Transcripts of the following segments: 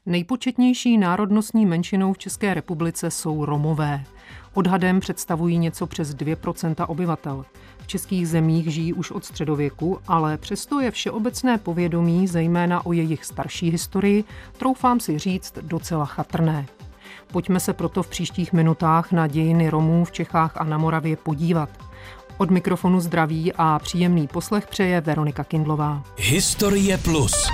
Nejpočetnější národnostní menšinou v České republice jsou Romové. Odhadem představují něco přes 2% obyvatel. V českých zemích žijí už od středověku, ale přesto je všeobecné povědomí, zejména o jejich starší historii, troufám si říct, docela chatrné. Pojďme se proto v příštích minutách na dějiny Romů v Čechách a na Moravě podívat. Od mikrofonu zdraví a příjemný poslech přeje Veronika Kindlová. Historie plus.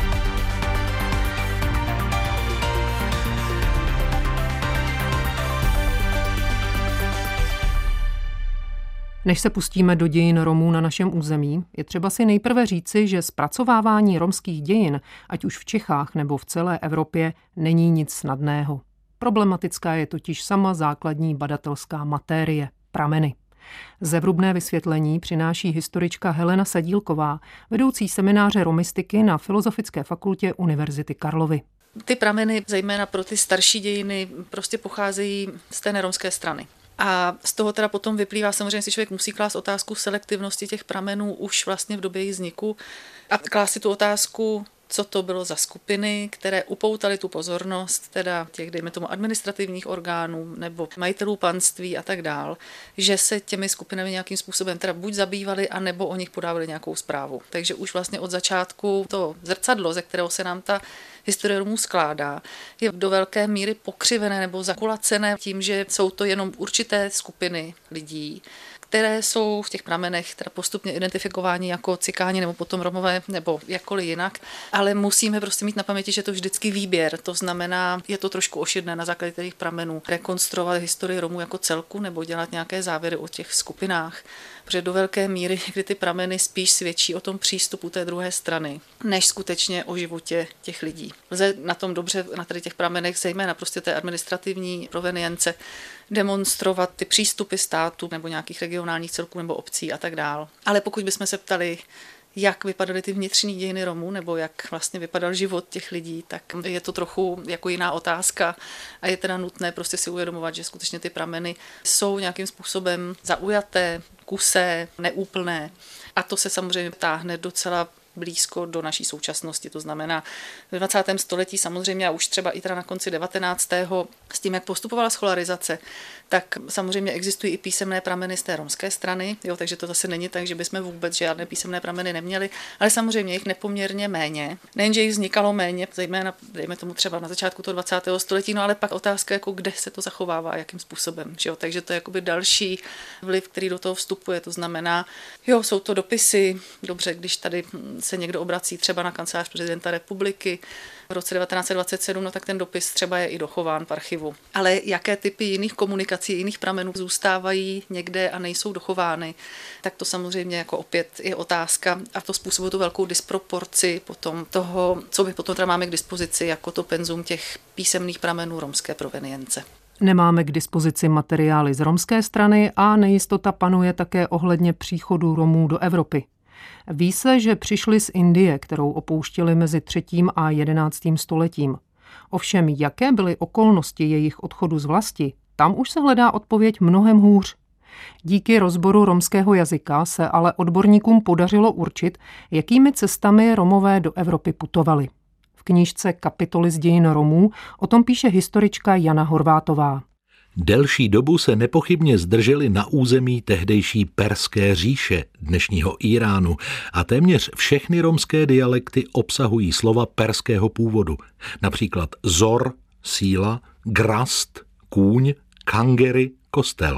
Než se pustíme do dějin Romů na našem území, je třeba si nejprve říci, že zpracovávání romských dějin, ať už v Čechách nebo v celé Evropě, není nic snadného. Problematická je totiž sama základní badatelská matérie, prameny. Zevrubné vysvětlení přináší historička Helena Sadílková, vedoucí semináře romistiky na Filozofické fakultě Univerzity Karlovy. Ty prameny, zejména pro ty starší dějiny, prostě pocházejí z té neromské strany. A z toho teda potom vyplývá samozřejmě, že člověk musí klást otázku selektivnosti těch pramenů už vlastně v době jejich vzniku a klást si tu otázku, co to bylo za skupiny, které upoutaly tu pozornost teda těch, dejme tomu, administrativních orgánů nebo majitelů panství a tak dál, že se těmi skupinami nějakým způsobem teda buď zabývali, anebo o nich podávali nějakou zprávu. Takže už vlastně od začátku to zrcadlo, ze kterého se nám ta historie Romů skládá, je do velké míry pokřivené nebo zakulacené tím, že jsou to jenom určité skupiny lidí, které jsou v těch pramenech teda postupně identifikováni jako cikáni nebo potom Romové nebo jakkoliv jinak, ale musíme prostě mít na paměti, že to vždycky výběr, to znamená, je to trošku ošidné na základě těch pramenů rekonstruovat historii Romů jako celku nebo dělat nějaké závěry o těch skupinách, protože do velké míry, kdy ty prameny spíš svědčí o tom přístupu té druhé strany, než skutečně o životě těch lidí. Lze na tom dobře, na tady těch pramenech, zejména prostě té administrativní provenience, demonstrovat ty přístupy státu nebo nějakých regionálních celků nebo obcí a tak dál. Ale pokud bychom se ptali, jak vypadaly ty vnitřní dějiny Romů nebo jak vlastně vypadal život těch lidí, tak je to trochu jako jiná otázka a je teda nutné prostě si uvědomovat, že skutečně ty prameny jsou nějakým způsobem zaujaté, kusé, neúplné a to se samozřejmě táhne docela blízko do naší současnosti. To znamená, ve 20. století samozřejmě a už třeba i teda na konci 19. s tím, jak postupovala scholarizace, tak samozřejmě existují i písemné prameny z té romské strany, jo, takže to zase není tak, že bychom vůbec žádné písemné prameny neměli, ale samozřejmě jich nepoměrně méně. Nejenže jich vznikalo méně, zejména dejme tomu třeba na začátku toho 20. století, no ale pak otázka, jako kde se to zachovává a jakým způsobem, že jo? Takže to je jakoby další vliv, který do toho vstupuje. To znamená, jo, jsou to dopisy, dobře, když tady se někdo obrací třeba na kancelář prezidenta republiky v roce 1927, no tak ten dopis třeba je i dochován v archivu. Ale jaké typy jiných komunikací, jiných pramenů zůstávají někde a nejsou dochovány, tak to samozřejmě jako opět je otázka a to způsobuje tu velkou disproporci potom toho, co my potom teda máme k dispozici jako to penzum těch písemných pramenů romské provenience. Nemáme k dispozici materiály z romské strany a nejistota panuje také ohledně příchodu Romů do Evropy. Ví se, že přišli z Indie, kterou opouštěli mezi 3. a 11. stoletím. Ovšem, jaké byly okolnosti jejich odchodu z vlasti, tam už se hledá odpověď mnohem hůř. Díky rozboru romského jazyka se ale odborníkům podařilo určit, jakými cestami Romové do Evropy putovali. V knížce Kapitoly z dějin Romů o tom píše historička Jana Horvátová. Delší dobu se nepochybně zdrželi na území tehdejší Perské říše, dnešního Íránu, a téměř všechny romské dialekty obsahují slova perského původu, například zor, síla, grast, kůň, kangery, kostel.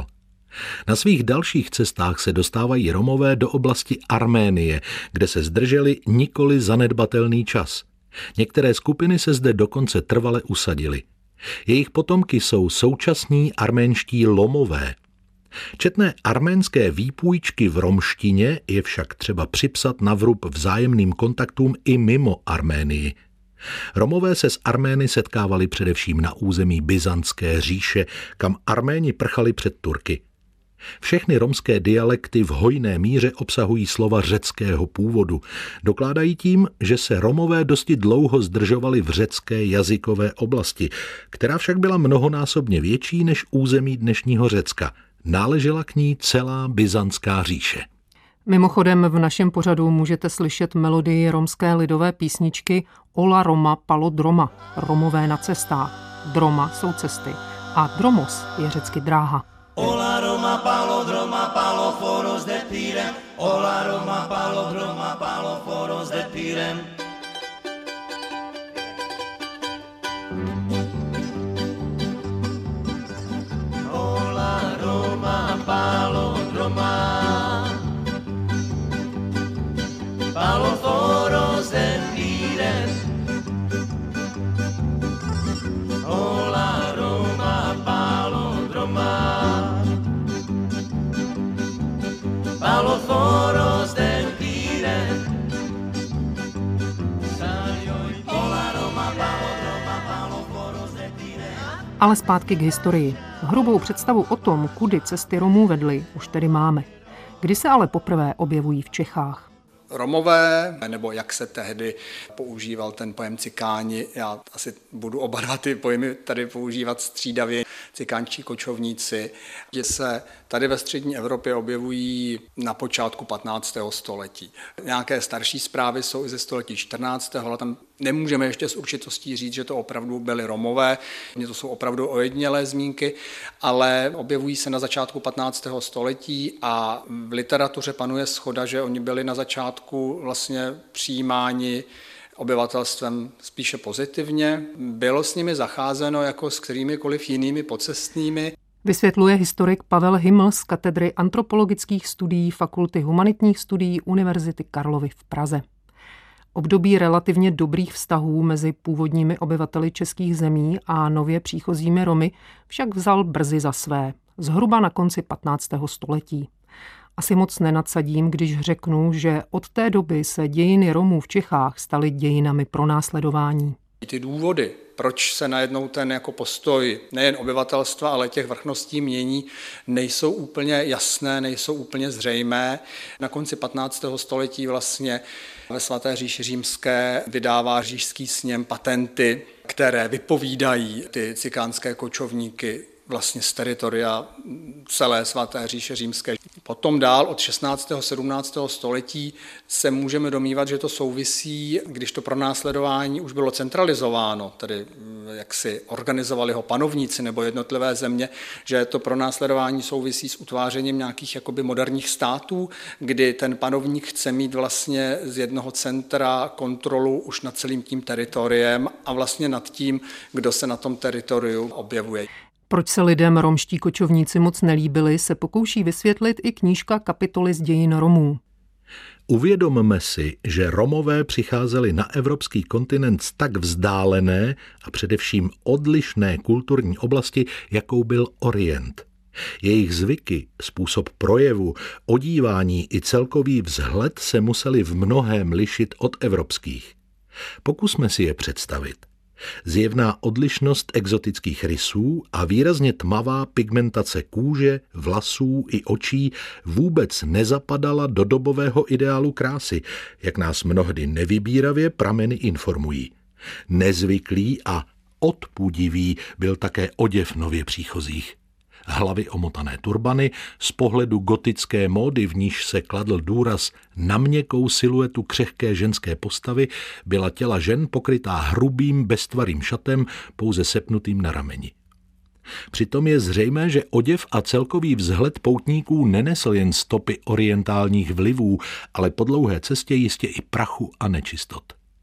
Na svých dalších cestách se dostávají Romové do oblasti Arménie, kde se zdrželi nikoli zanedbatelný čas. Některé skupiny se zde dokonce trvale usadily. Jejich potomky jsou současní arménští Lomové. Četné arménské výpůjčky v romštině je však třeba připsat na vrub vzájemným kontaktům i mimo Arménii. Romové se s Armény setkávali především na území Byzantské říše, kam Arméni prchali před Turky. Všechny romské dialekty v hojné míře obsahují slova řeckého původu. Dokládají tím, že se Romové dosti dlouho zdržovali v řecké jazykové oblasti, která však byla mnohonásobně větší než území dnešního Řecka. Náležela k ní celá Byzantská říše. Mimochodem v našem pořadu můžete slyšet melodii romské lidové písničky Ola Roma palo droma, Romové na cestách. Droma jsou cesty a dromos je řecky dráha. Ola Roma palo droma palo foros de pirem. Ola Roma palo droma palo foros de pirem. Ola Roma palo droma palo foros de pirem. Ola Roma palo droma palo foros de pirem. Ola Roma palo droma palo foros de pirem. Ale zpátky k historii. Hrubou představu o tom, kudy cesty Romů vedly, už tedy máme. Kdy se ale poprvé objevují v Čechách? Romové, nebo jak se tehdy používal ten pojem cikáni, já asi budu oba dva ty pojmy tady používat střídavě, cikánčí kočovníci, že se tady ve střední Evropě objevují na počátku 15. století. Nějaké starší zprávy jsou i ze století 14. ale tam nemůžeme ještě s určitostí říct, že to opravdu byli Romové, to jsou opravdu ojedinělé zmínky, ale objevují se na začátku 15. století a v literatuře panuje shoda, že oni byli na začátku vlastně přijímáni obyvatelstvem spíše pozitivně. Bylo s nimi zacházeno jako s kterýmikoliv jinými pocestnými. Vysvětluje historik Pavel Himl z katedry antropologických studií Fakulty humanitních studií Univerzity Karlovy v Praze. Období relativně dobrých vztahů mezi původními obyvateli českých zemí a nově příchozími Romy však vzal brzy za své, zhruba na konci 15. století. Asi moc nenadsadím, když řeknu, že od té doby se dějiny Romů v Čechách staly dějinami pronásledování. Ty důvody, proč se najednou ten jako postoj nejen obyvatelstva, ale těch vrchností mění, nejsou úplně jasné, nejsou úplně zřejmé. Na konci 15. století vlastně ve Svaté říši římské vydává říšský sněm patenty, které vypovídají ty cikánské kočovníky vlastně z teritoria celé Svaté říše římské. Potom dál od 16. 17. století se můžeme domnívat, že to souvisí, když to pronásledování už bylo centralizováno, tedy jak si organizovali ho panovníci nebo jednotlivé země, že to pronásledování souvisí s utvářením nějakých jakoby moderních států, kdy ten panovník chce mít vlastně z jednoho centra kontrolu už nad celým tím teritoriem a vlastně nad tím, kdo se na tom teritoriu objevuje. Proč se lidem romští kočovníci moc nelíbili, se pokouší vysvětlit i knížka Kapitoly z dějin Romů. Uvědomme si, že Romové přicházeli na evropský kontinent z tak vzdálené a především odlišné kulturní oblasti, jakou byl Orient. Jejich zvyky, způsob projevu, odívání i celkový vzhled se museli v mnohém lišit od evropských. Pokusme si je představit. Zjevná odlišnost exotických rysů a výrazně tmavá pigmentace kůže, vlasů i očí vůbec nezapadala do dobového ideálu krásy, jak nás mnohdy nevybíravě prameny informují. Nezvyklý a odpudivý byl také oděv nově příchozích. Hlavy omotané turbany, z pohledu gotické módy, v níž se kladl důraz na měkkou siluetu křehké ženské postavy, byla těla žen pokrytá hrubým, beztvarým šatem, pouze sepnutým na rameni. Přitom je zřejmé, že oděv a celkový vzhled poutníků nenesl jen stopy orientálních vlivů, ale po dlouhé cestě jistě i prachu a nečistot.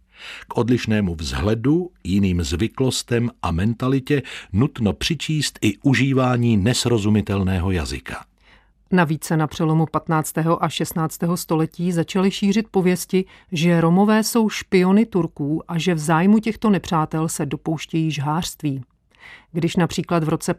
K odlišnému vzhledu, jiným zvyklostem a mentalitě nutno přičíst i užívání nesrozumitelného jazyka. Navíc se na přelomu 15. a 16. století začaly šířit pověsti, že Romové jsou špiony Turků a že v zájmu těchto nepřátel se dopouštějí žhářství. Když například v roce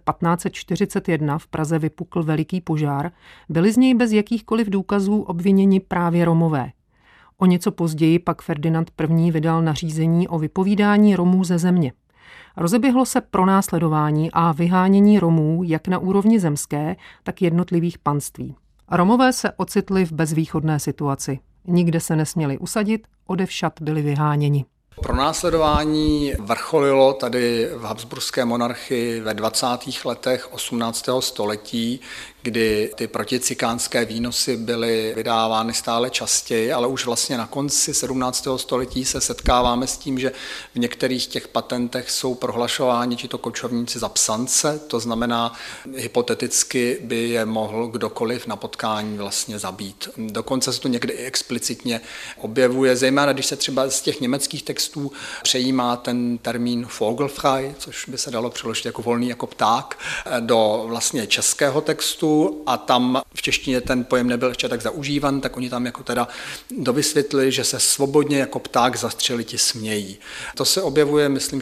1541 v Praze vypukl veliký požár, byli z něj bez jakýchkoliv důkazů obviněni právě Romové. O něco později pak Ferdinand I. vydal nařízení o vypovídání Romů ze země. Rozeběhlo se pronásledování a vyhánění Romů jak na úrovni zemské, tak jednotlivých panství. Romové se ocitli v bezvýchodné situaci. Nikde se nesměli usadit, odevšad byli vyháněni. Pronásledování vrcholilo tady v habsburské monarchii ve 20. letech 18. století, kdy ty proticikánské výnosy byly vydávány stále častěji, ale už vlastně na konci 17. století se setkáváme s tím, že v některých těch patentech jsou prohlašováni tito kočovníci za psance, to znamená, hypoteticky by je mohl kdokoliv na potkání vlastně zabít. Dokonce se to někdy i explicitně objevuje, zejména když se třeba z těch německých textů přejímá ten termín Vogelfrei, což by se dalo přeložit jako volný jako pták, do vlastně českého textu, a tam v češtině ten pojem nebyl ještě tak zaužívan, tak oni tam jako teda dovysvětlili, že se svobodně jako pták zastřeliti smějí. To se objevuje, myslím,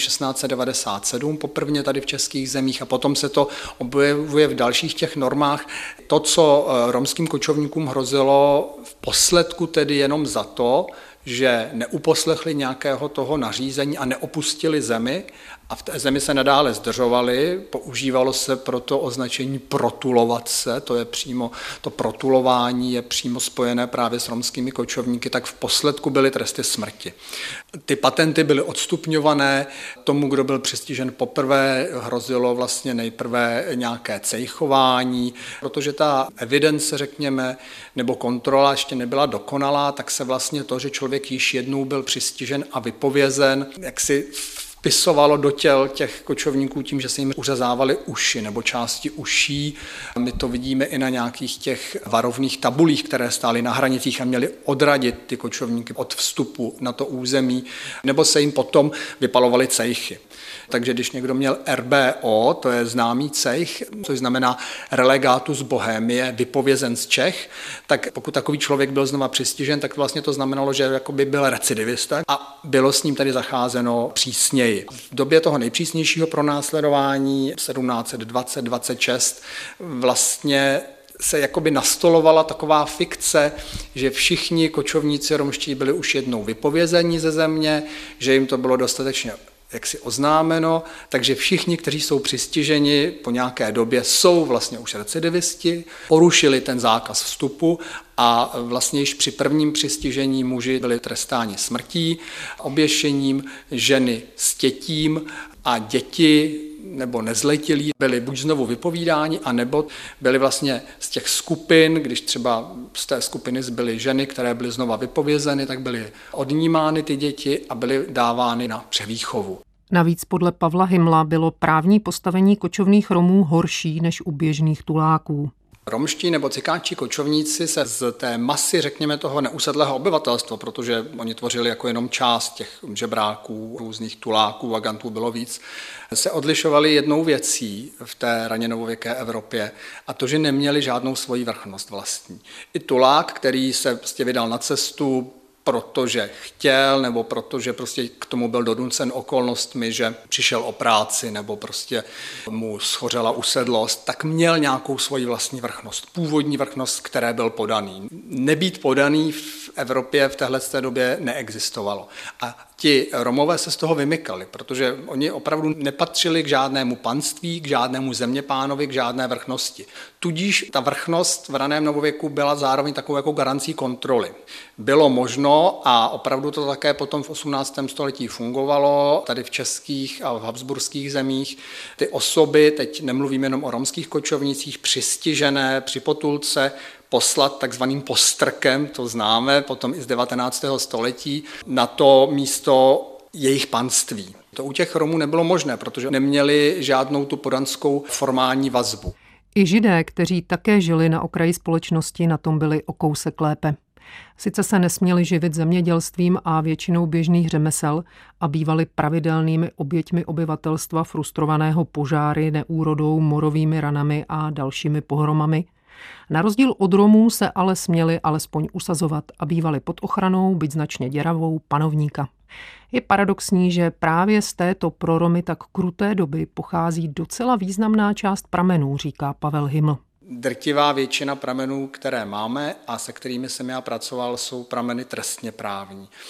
1697 poprvně tady v českých zemích a potom se to objevuje v dalších těch normách. To, co romským kočovníkům hrozilo v posledku tedy jenom za to, že neuposlechli nějakého toho nařízení a neopustili zemi a v té zemi se nadále zdržovali, používalo se proto označení protulovat se, to je přímo, to protulování je přímo spojené právě s romskými kočovníky, tak v posledku byly tresty smrti. Ty patenty byly odstupňované, tomu, kdo byl přistižen poprvé, hrozilo vlastně nejprve nějaké cejchování, protože ta evidence, řekněme, nebo kontrola ještě nebyla dokonalá, tak se vlastně to, že člověk již jednou byl přistižen a vypovězen, jak si vpisovalo do těl těch kočovníků tím, že se jim uřezávaly uši nebo části uší. My to vidíme i na nějakých těch varovných tabulích, které stály na hranicích a měly odradit ty kočovníky od vstupu na to území, nebo se jim potom vypalovaly cejchy. Takže když někdo měl RBO, to je známý cejch, což znamená relegatus Bohémie, vypovězen z Čech, tak pokud takový člověk byl znova přistižen, tak vlastně to znamenalo, že jakoby byl recidivista a bylo s ním tady zacházeno přísněji. V době toho nejpřísnějšího pronásledování 1720-26 vlastně se jakoby nastolovala taková fikce, že všichni kočovníci romští byli už jednou vypovězeni ze země, že jim to bylo dostatečně jaksi oznámeno, takže všichni, kteří jsou přistiženi po nějaké době, jsou vlastně už recidivisti, porušili ten zákaz vstupu a vlastně již při prvním přistižení muži byli trestáni smrtí, oběšením, ženy stětím a děti nebo nezletilí byli buď znovu vypovídáni, anebo byli vlastně z těch skupin, když třeba z té skupiny zbyly ženy, které byly znova vypovězeny, tak byly odnímány ty děti a byly dávány na převýchovu. Navíc podle Pavla Himla bylo právní postavení kočovných Romů horší než u běžných tuláků. Romští nebo cikánští kočovníci se z té masy, řekněme, toho neusedlého obyvatelstva, protože oni tvořili jako jenom část těch žebráků, různých tuláků, vagantů bylo víc, se odlišovali jednou věcí v té raně novověké Evropě a to, že neměli žádnou svoji vrchnost vlastní. I tulák, který se prostě vydal na cestu, protože chtěl, nebo protože prostě k tomu byl donucen okolnostmi, že přišel o práci, nebo prostě mu schořela usedlost, tak měl nějakou svoji vlastní vrchnost, původní vrchnost, které byl podaný. Nebýt podaný v Evropě v téhleté době neexistovalo. A ti Romové se z toho vymykali, protože oni opravdu nepatřili k žádnému panství, k žádnému zeměpánovi, k žádné vrchnosti. Tudíž ta vrchnost v raném novověku byla zároveň takovou jako garancí kontroly. Bylo možno, a opravdu to také potom v 18. století fungovalo, tady v českých a v habsburských zemích, ty osoby, teď nemluvím jenom o romských kočovnicích, přistižené při potulce, poslat takzvaným postrkem, to známe potom i z 19. století, na to místo jejich panství. To u těch Romů nebylo možné, protože neměli žádnou tu podanskou formální vazbu. I Židé, kteří také žili na okraji společnosti, na tom byli o kousek lépe. Sice se nesměli živit zemědělstvím a většinou běžných řemesel a bývali pravidelnými oběťmi obyvatelstva frustrovaného požáry, neúrodou, morovými ranami a dalšími pohromami, na rozdíl od Romů se ale směli alespoň usazovat a bývali pod ochranou, byť značně děravou, panovníka. Je paradoxní, že právě z této pro Romy tak kruté doby pochází docela významná část pramenů, říká Pavel Himl. Drtivá většina pramenů, které máme a se kterými jsem já pracoval, jsou prameny trestně právní.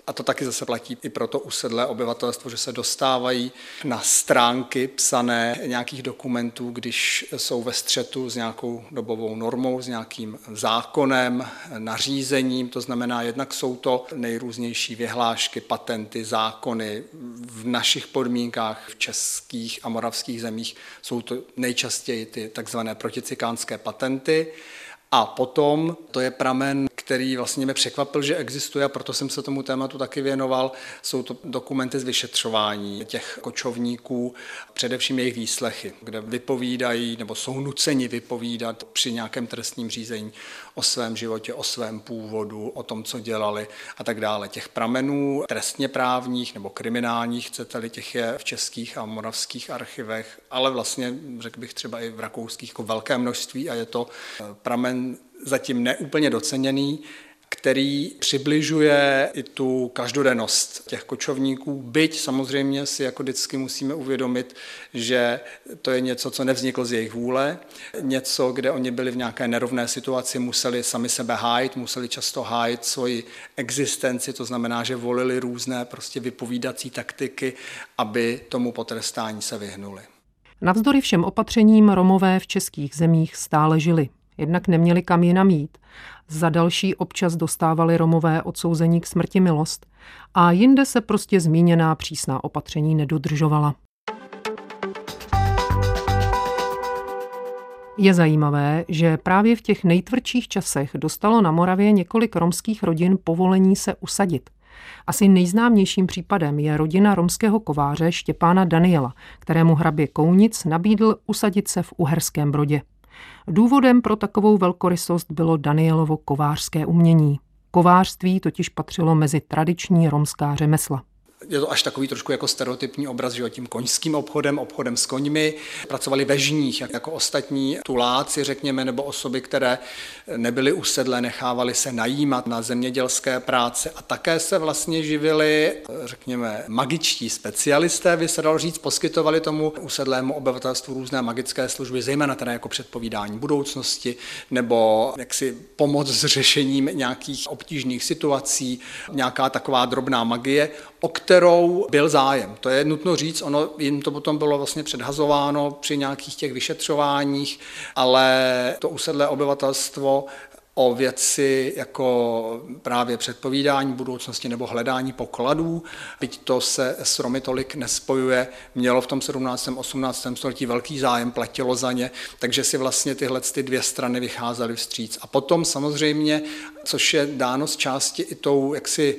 A to taky zase platí i pro to usedlé obyvatelstvo, že se dostávají na stránky psané nějakých dokumentů, když jsou ve střetu s nějakou dobovou normou, s nějakým zákonem, nařízením. To znamená, jednak jsou to nejrůznější vyhlášky, patenty, zákony. V našich podmínkách v českých a moravských zemích jsou to nejčastěji ty takzvané proticikánské patenty. A potom to je pramen, který vlastně mě překvapil, že existuje, a proto jsem se tomu tématu taky věnoval. Jsou to dokumenty z vyšetřování těch kočovníků, především jejich výslechy, kde vypovídají nebo jsou nuceni vypovídat při nějakém trestním řízení o svém životě, o svém původu, o tom, co dělali a tak dále. Těch pramenů trestně právních nebo kriminálních, chcete-li, těch je v českých a moravských archivech, ale vlastně řekl bych třeba i v rakouských jako velké množství, a je to pramen zatím neúplně doceněný, který přibližuje i tu každodennost těch kočovníků, byť samozřejmě si jako vždycky musíme uvědomit, že to je něco, co nevzniklo z jejich vůle, něco, kde oni byli v nějaké nerovné situaci, museli sami sebe hájit, museli často hájit svoji existenci, to znamená, že volili různé prostě vypovídací taktiky, aby tomu potrestání se vyhnuli. Navzdory všem opatřením Romové v českých zemích stále žili. Jednak neměli kam jinam jít. Za další občas dostávali Romové odsouzení k smrti milost a jinde se prostě zmíněná přísná opatření nedodržovala. Je zajímavé, že právě v těch nejtvrdších časech dostalo na Moravě několik romských rodin povolení se usadit. Asi nejznámějším případem je rodina romského kováře Štěpána Daniela, kterému hrabě Kounic nabídl usadit se v Uherském Brodě. Důvodem pro takovou velkorysost bylo Danielovo kovářské umění. Kovářství totiž patřilo mezi tradiční romská řemesla. Je to až takový trošku jako stereotypní obraz, že tím koňským obchodem s koňmi. Pracovali ve žních, jako ostatní tuláci, řekněme, nebo osoby, které nebyly usedlé, nechávali se najímat na zemědělské práce a také se vlastně živili, řekněme, magičtí specialisté, by se dalo říct, poskytovali tomu usedlému obyvatelstvu různé magické služby, zejména teda jako předpovídání budoucnosti nebo jaksi pomoc s řešením nějakých obtížných situací, nějaká taková drobná magie, o kterou byl zájem. To je nutno říct, ono jim to potom bylo vlastně předhazováno při nějakých těch vyšetřováních, ale to usedlé obyvatelstvo o věci jako právě předpovídání budoucnosti nebo hledání pokladů, byť to se s Romy tolik nespojuje, mělo v tom 17. 18. století velký zájem, platilo za ně, takže si vlastně tyhle ty dvě strany vycházely vstříc. A potom samozřejmě, což je dáno z části i tou jaksi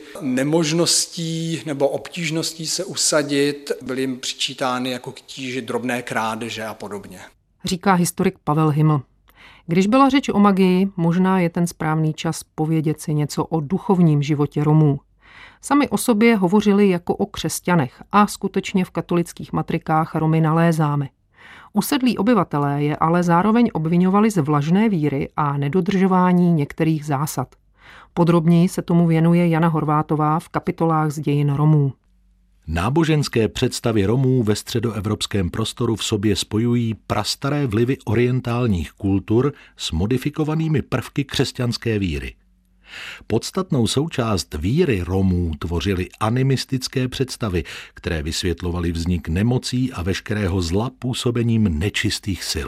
nemožností nebo obtížností se usadit, byly jim přičítány jako k tíži drobné krádeže a podobně. Říká historik Pavel Himl. Když byla řeč o magii, možná je ten správný čas povědět si něco o duchovním životě Romů. Sami o sobě hovořili jako o křesťanech a skutečně v katolických matrikách Romy nalézáme. Usedlí obyvatelé je ale zároveň obviňovali z vlažné víry a nedodržování některých zásad. Podrobněji se tomu věnuje Jana Horvátová v kapitolách z dějin Romů. Náboženské představy Romů ve středoevropském prostoru v sobě spojují prastaré vlivy orientálních kultur s modifikovanými prvky křesťanské víry. Podstatnou součást víry Romů tvořily animistické představy, které vysvětlovaly vznik nemocí a veškerého zla působením nečistých sil.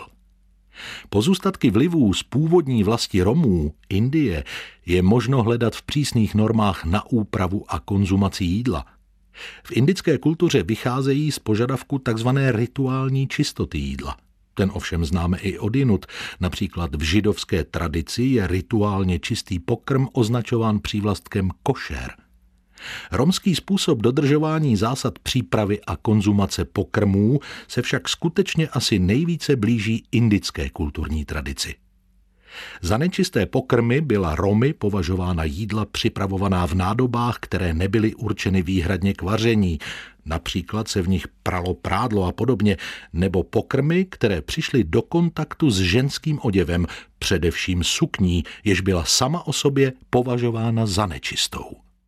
Pozůstatky vlivů z původní vlasti Romů, Indie, je možno hledat v přísných normách na úpravu a konzumaci jídla. V indické kultuře vycházejí z požadavku tzv. Rituální čistoty jídla. Ten ovšem známe i odjinud. Například v židovské tradici je rituálně čistý pokrm označován přívlastkem košer. Romský způsob dodržování zásad přípravy a konzumace pokrmů se však skutečně asi nejvíce blíží indické kulturní tradici. Za nečisté pokrmy byla Romy považována jídla připravovaná v nádobách, které nebyly určeny výhradně k vaření. Například se v nich pralo prádlo a podobně, nebo pokrmy, které přišly do kontaktu s ženským oděvem, především sukní, jež byla sama o sobě považována za nečistou.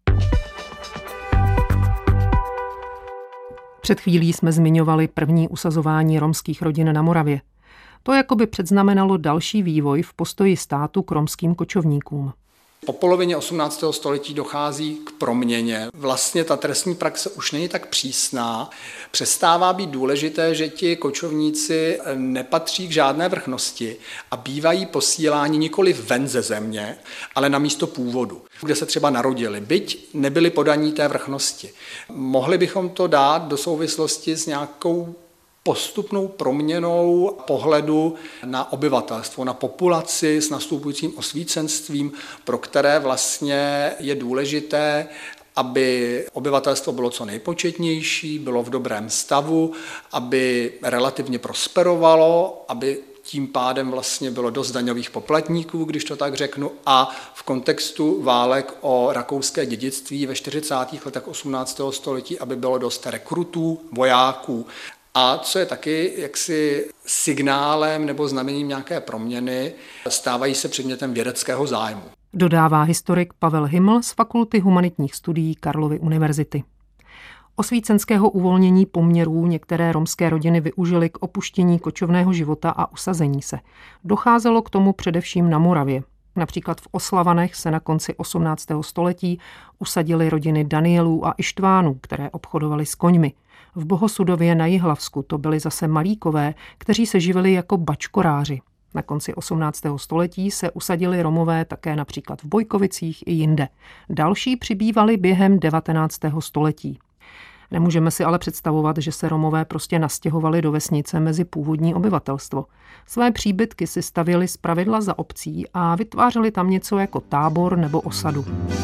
Před chvílí jsme zmiňovali první usazování romských rodin na Moravě. To jakoby předznamenalo další vývoj v postoji státu k romským kočovníkům. Po polovině 18. století dochází k proměně. Vlastně ta trestní praxe už není tak přísná. Přestává být důležité, že ti kočovníci nepatří k žádné vrchnosti a bývají posíláni nikoli ven ze země, ale na místo původu, kde se třeba narodili, byť nebyli podaní té vrchnosti. Mohli bychom to dát do souvislosti s nějakou postupnou proměnou pohledu na obyvatelstvo, na populaci s nastupujícím osvícenstvím, pro které vlastně je důležité, aby obyvatelstvo bylo co nejpočetnější, bylo v dobrém stavu, aby relativně prosperovalo, aby tím pádem vlastně bylo dost daňových poplatníků, když to tak řeknu, a v kontextu válek o rakouské dědictví ve 40. letech 18. století, aby bylo dost rekrutů, vojáků. A co je taky jaksi signálem nebo znamením nějaké proměny, stávají se předmětem vědeckého zájmu. Dodává historik Pavel Himl z Fakulty humanitních studií Karlovy univerzity. Osvícenského uvolnění poměrů některé romské rodiny využily k opuštění kočovného života a usazení se. Docházelo k tomu především na Moravě. Například v Oslavanech se na konci 18. století usadily rodiny Danielů a Ištvánů, které obchodovaly s koňmi. V Bohosudově na Jihlavsku to byli zase Malíkové, kteří se živili jako bačkoráři. Na konci 18. století se usadili Romové také například v Bojkovicích i jinde. Další přibývali během 19. století. Nemůžeme si ale představovat, že se Romové prostě nastěhovali do vesnice mezi původní obyvatelstvo. Své příbytky si stavěli zpravidla za obcí a vytvářeli tam něco jako tábor nebo osadu.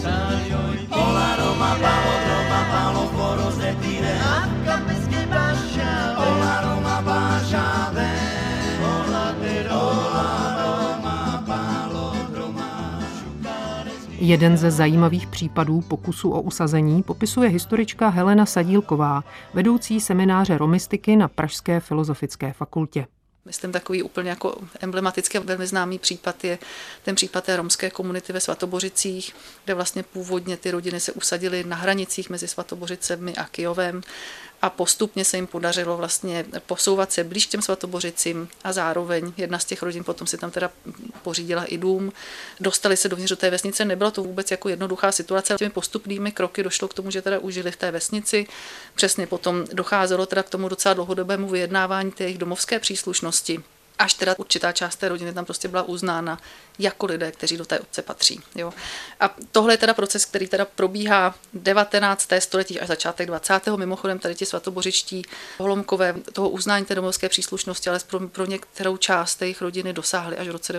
Jeden ze zajímavých případů pokusu o usazení popisuje historička Helena Sadílková, vedoucí semináře romistiky na Pražské filozofické fakultě. Myslím, takový úplně jako emblematický a velmi známý případ je ten případ té romské komunity ve Svatobořicích, kde vlastně původně ty rodiny se usadily na hranicích mezi Svatobořicemi a Kyjovem a postupně se jim podařilo vlastně posouvat se blíž k těm Svatobořicím a zároveň jedna z těch rodin potom si tam teda pořídila i dům. Dostali se dovnitř do té vesnice, nebylo to vůbec jako jednoduchá situace, těmi postupnými kroky došlo k tomu, že teda užili v té vesnici. Přesně potom docházelo teda k tomu docela dlouhodobému vyjednávání té jejich domovské příslušnosti. Až teda určitá část té rodiny tam prostě byla uznána jako lidé, kteří do té obce patří. Jo. A tohle je teda proces, který teda probíhá 19. století až začátek 20. Mimochodem tady ti svatobořičtí Holomkové toho uznání té domovské příslušnosti, ale pro některou část jejich rodiny dosáhly až v roce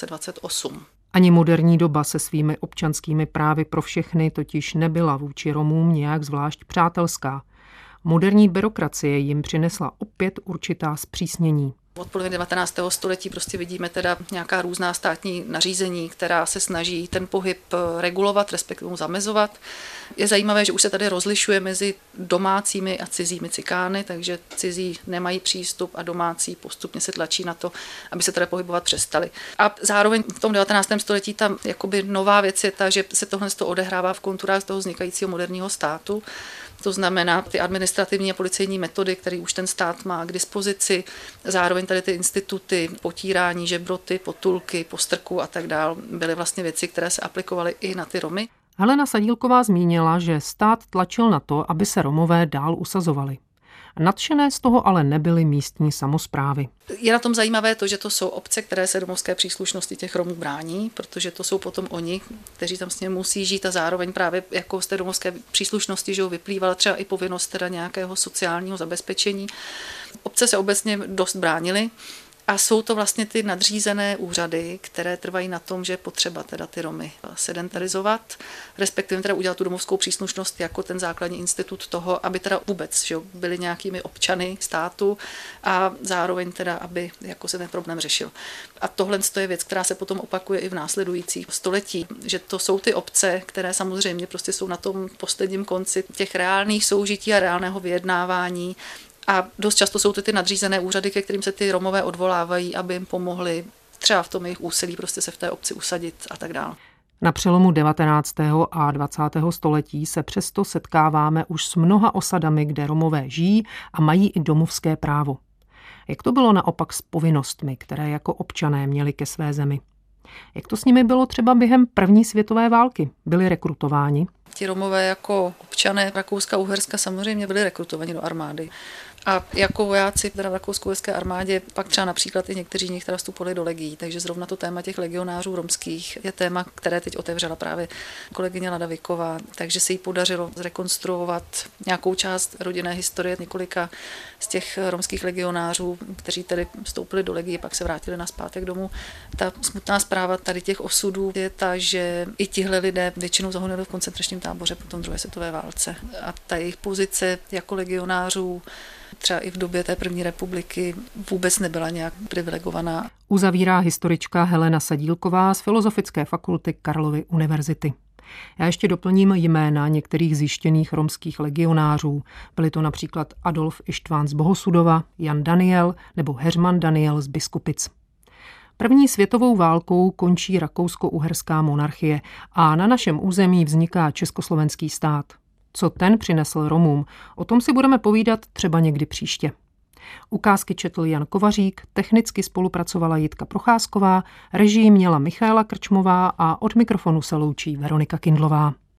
1928. Ani moderní doba se svými občanskými právy pro všechny totiž nebyla vůči Romům nějak zvlášť přátelská. Moderní byrokracie jim přinesla opět určitá zpřísnění. Od poloviny 19. století prostě vidíme teda nějaká různá státní nařízení, která se snaží ten pohyb regulovat, respektive zamezovat. Je zajímavé, že už se tady rozlišuje mezi domácími a cizími cikány, takže cizí nemají přístup a domácí postupně se tlačí na to, aby se tady pohybovat přestali. A zároveň v tom 19. století tam jakoby nová věc je ta, že se tohle odehrává v konturách toho vznikajícího moderního státu. To znamená ty administrativní a policejní metody, které už ten stát má k dispozici, zároveň tady ty instituty, potírání, žebroty, potulky, postrku a tak dál, byly vlastně věci, které se aplikovaly i na ty Romy. Helena Sadílková zmínila, že stát tlačil na to, aby se Romové dál usazovali. Nadšené z toho ale nebyly místní samosprávy. Je na tom zajímavé to, že to jsou obce, které se domovské příslušnosti těch Romů brání, protože to jsou potom oni, kteří tam s nimi musí žít a zároveň právě jako z té domovské příslušnosti, že vyplývala třeba i povinnost teda nějakého sociálního zabezpečení. Obce se obecně dost bránily. A jsou to vlastně ty nadřízené úřady, které trvají na tom, že je potřeba teda ty Romy sedentarizovat, respektive teda udělat tu domovskou příslušnost jako ten základní institut toho, aby teda vůbec že byli nějakými občany státu a zároveň teda, aby jako se ten problém řešil. A tohle je věc, která se potom opakuje i v následujících století, že to jsou ty obce, které samozřejmě prostě jsou na tom posledním konci těch reálných soužití a reálného vyjednávání. A dost často jsou to ty nadřízené úřady, ke kterým se ty Romové odvolávají, aby jim pomohli třeba v tom jejich úsilí prostě se v té obci usadit a tak dále. Na přelomu 19. a 20. století se přesto setkáváme už s mnoha osadami, kde Romové žijí a mají i domovské právo. Jak to bylo naopak s povinnostmi, které jako občané měli ke své zemi? Jak to s nimi bylo třeba během první světové války? Byli rekrutováni? Ti Romové jako občané Rakouska-Uherska samozřejmě byli rekrutovaní do armády. A jako vojáci v rakousko-uherské armádě pak třeba například i někteří z nich teda vstupovali do legií, takže zrovna to téma těch legionářů romských je téma, které teď otevřela právě kolegyně Ladaviková, takže se jí podařilo zrekonstruovat nějakou část rodinné historie několika z těch romských legionářů, kteří tedy vstoupili do legií, pak se vrátili nazpátek domů. Ta smutná zpráva tady těch osudů je ta, že i tihle lidé většinou zahynuli v koncentračním táboře po druhé světové válce. A ta jejich pozice jako legionářů třeba i v době té první republiky vůbec nebyla nějak privilegovaná. Uzavírá historička Helena Sadílková z Filozofické fakulty Karlovy univerzity. Já ještě doplním jména některých zjištěných romských legionářů. Byli to například Adolf Ištván z Bohosudova, Jan Daniel nebo Heřman Daniel z Biskupic. První světovou válkou končí rakousko-uherská monarchie a na našem území vzniká československý stát. Co ten přinesl Romům, o tom si budeme povídat třeba někdy příště. Ukázky četl Jan Kovařík, technicky spolupracovala Jitka Procházková, režii měla Michaela Krčmová a od mikrofonu se loučí Veronika Kindlová.